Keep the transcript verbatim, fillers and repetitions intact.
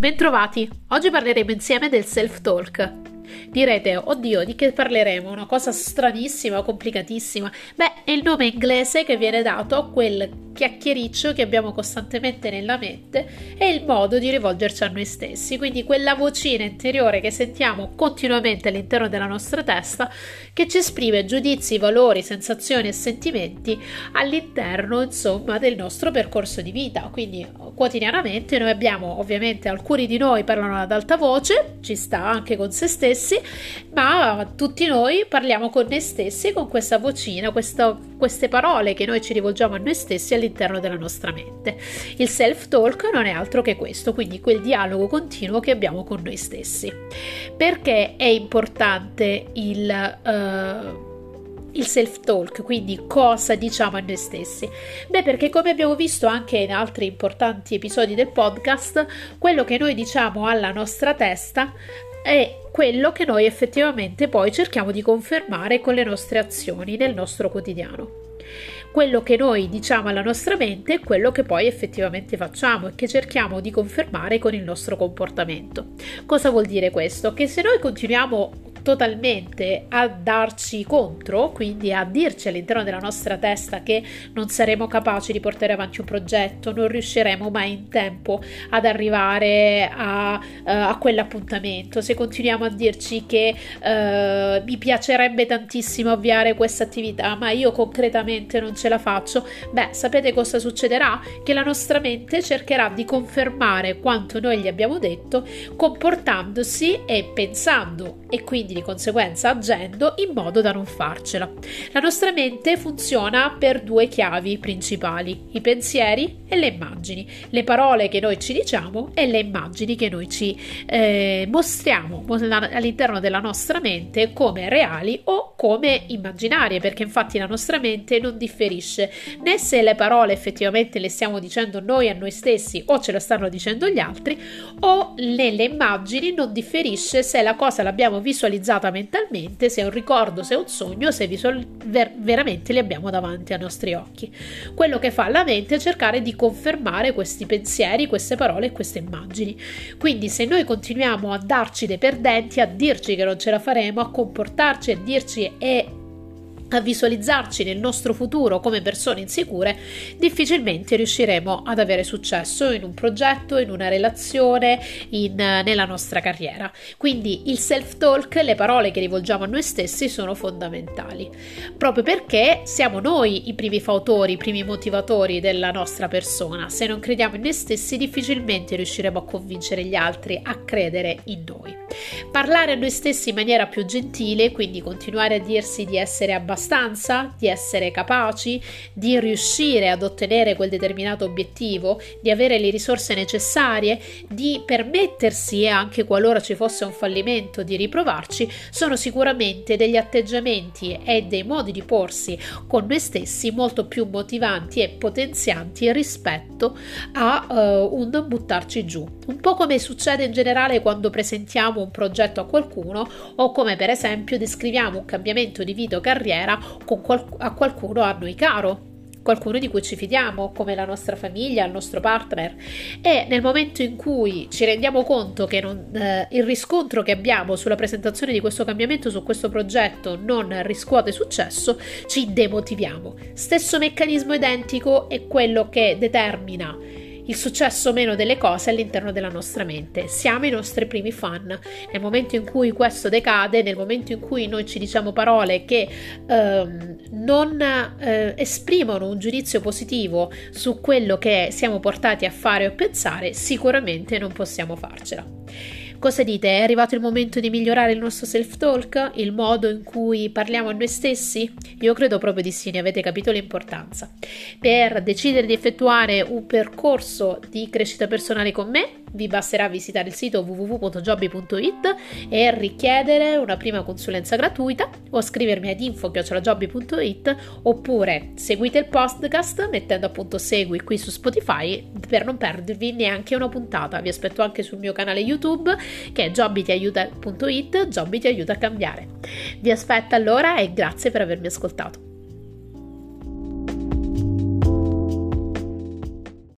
Bentrovati! Oggi parleremo insieme del self-talk. Direte, oddio, di che parleremo? Una cosa stranissima, complicatissima. Beh, è il nome inglese che viene dato a quel chiacchiericcio che abbiamo costantemente nella mente e il modo di rivolgerci a noi stessi. Quindi quella vocina interiore che sentiamo continuamente all'interno della nostra testa che ci esprime giudizi, valori, sensazioni e sentimenti all'interno, insomma, del nostro percorso di vita. Quindi quotidianamente noi abbiamo, ovviamente alcuni di noi parlano ad alta voce, ci sta anche con se stessi, ma tutti noi parliamo con noi stessi con questa vocina, questa, queste parole che noi ci rivolgiamo a noi stessi all'interno della nostra mente. Il self-talk non è altro che questo, quindi quel dialogo continuo che abbiamo con noi stessi. Perché è importante il... Uh, il self-talk, quindi cosa diciamo a noi stessi? Beh, perché come abbiamo visto anche in altri importanti episodi del podcast, quello che noi diciamo alla nostra testa è quello che noi effettivamente poi cerchiamo di confermare con le nostre azioni nel nostro quotidiano. Quello che noi diciamo alla nostra mente è quello che poi effettivamente facciamo e che cerchiamo di confermare con il nostro comportamento. Cosa vuol dire questo? Che se noi continuiamo totalmente a darci contro, quindi a dirci all'interno della nostra testa che non saremo capaci di portare avanti un progetto, non riusciremo mai in tempo ad arrivare a, uh, a quell'appuntamento, se continuiamo a dirci che uh, mi piacerebbe tantissimo avviare questa attività ma io concretamente non ce la faccio, beh, sapete cosa succederà? Che la nostra mente cercherà di confermare quanto noi gli abbiamo detto comportandosi e pensando e quindi di conseguenza agendo in modo da non farcela. La nostra mente funziona per due chiavi principali: i pensieri e le immagini, le parole che noi ci diciamo e le immagini che noi ci eh, mostriamo all'interno della nostra mente come reali o come immaginarie, perché infatti la nostra mente non differisce né se le parole effettivamente le stiamo dicendo noi a noi stessi o ce lo stanno dicendo gli altri, o nelle immagini non differisce se la cosa l'abbiamo visualizzata mentalmente, se è un ricordo, se è un sogno, se visual- ver- veramente li abbiamo davanti ai nostri occhi. Quello che fa la mente è cercare di confermare questi pensieri, queste parole e queste immagini. Quindi se noi continuiamo a darci dei perdenti, a dirci che non ce la faremo, a comportarci, a dirci e a visualizzarci nel nostro futuro come persone insicure, difficilmente riusciremo ad avere successo in un progetto, in una relazione, in, nella nostra carriera. Quindi il self-talk, le parole che rivolgiamo a noi stessi sono fondamentali, proprio perché siamo noi i primi fautori, i primi motivatori della nostra persona. Se non crediamo in noi stessi, difficilmente riusciremo a convincere gli altri a credere in noi. Parlare a noi stessi in maniera più gentile, quindi continuare a dirsi di essere abbastanza, di essere capaci, di riuscire ad ottenere quel determinato obiettivo, di avere le risorse necessarie, di permettersi, e anche qualora ci fosse un fallimento, di riprovarci, sono sicuramente degli atteggiamenti e dei modi di porsi con noi stessi molto più motivanti e potenzianti rispetto a uh, un buttarci giù. Un po' come succede in generale quando presentiamo un progetto a qualcuno o come per esempio descriviamo un cambiamento di vita o carriera con qual- a qualcuno a noi caro, qualcuno di cui ci fidiamo, come la nostra famiglia, il nostro partner, e nel momento in cui ci rendiamo conto che non, eh, il riscontro che abbiamo sulla presentazione di questo cambiamento, su questo progetto, non riscuote successo, ci demotiviamo. Stesso meccanismo identico è quello che determina il successo o meno delle cose all'interno della nostra mente. Siamo i nostri primi fan. Nel momento in cui questo decade, nel momento in cui noi ci diciamo parole che ehm, non eh, esprimono un giudizio positivo su quello che siamo portati a fare o pensare, sicuramente non possiamo farcela. Cosa dite? È arrivato il momento di migliorare il nostro self-talk? Il modo in cui parliamo a noi stessi? Io credo proprio di sì, ne avete capito l'importanza. Per decidere di effettuare un percorso di crescita personale con me, vi basterà visitare il sito w w w punto jobby punto it e richiedere una prima consulenza gratuita o scrivermi ad info chiocciola jobby punto it, oppure seguite il podcast mettendo appunto segui qui su Spotify per non perdervi neanche una puntata. Vi aspetto anche sul mio canale YouTube che è jobby ti aiuta punto it, Jobby ti aiuta a cambiare. Vi aspetto allora e grazie per avermi ascoltato.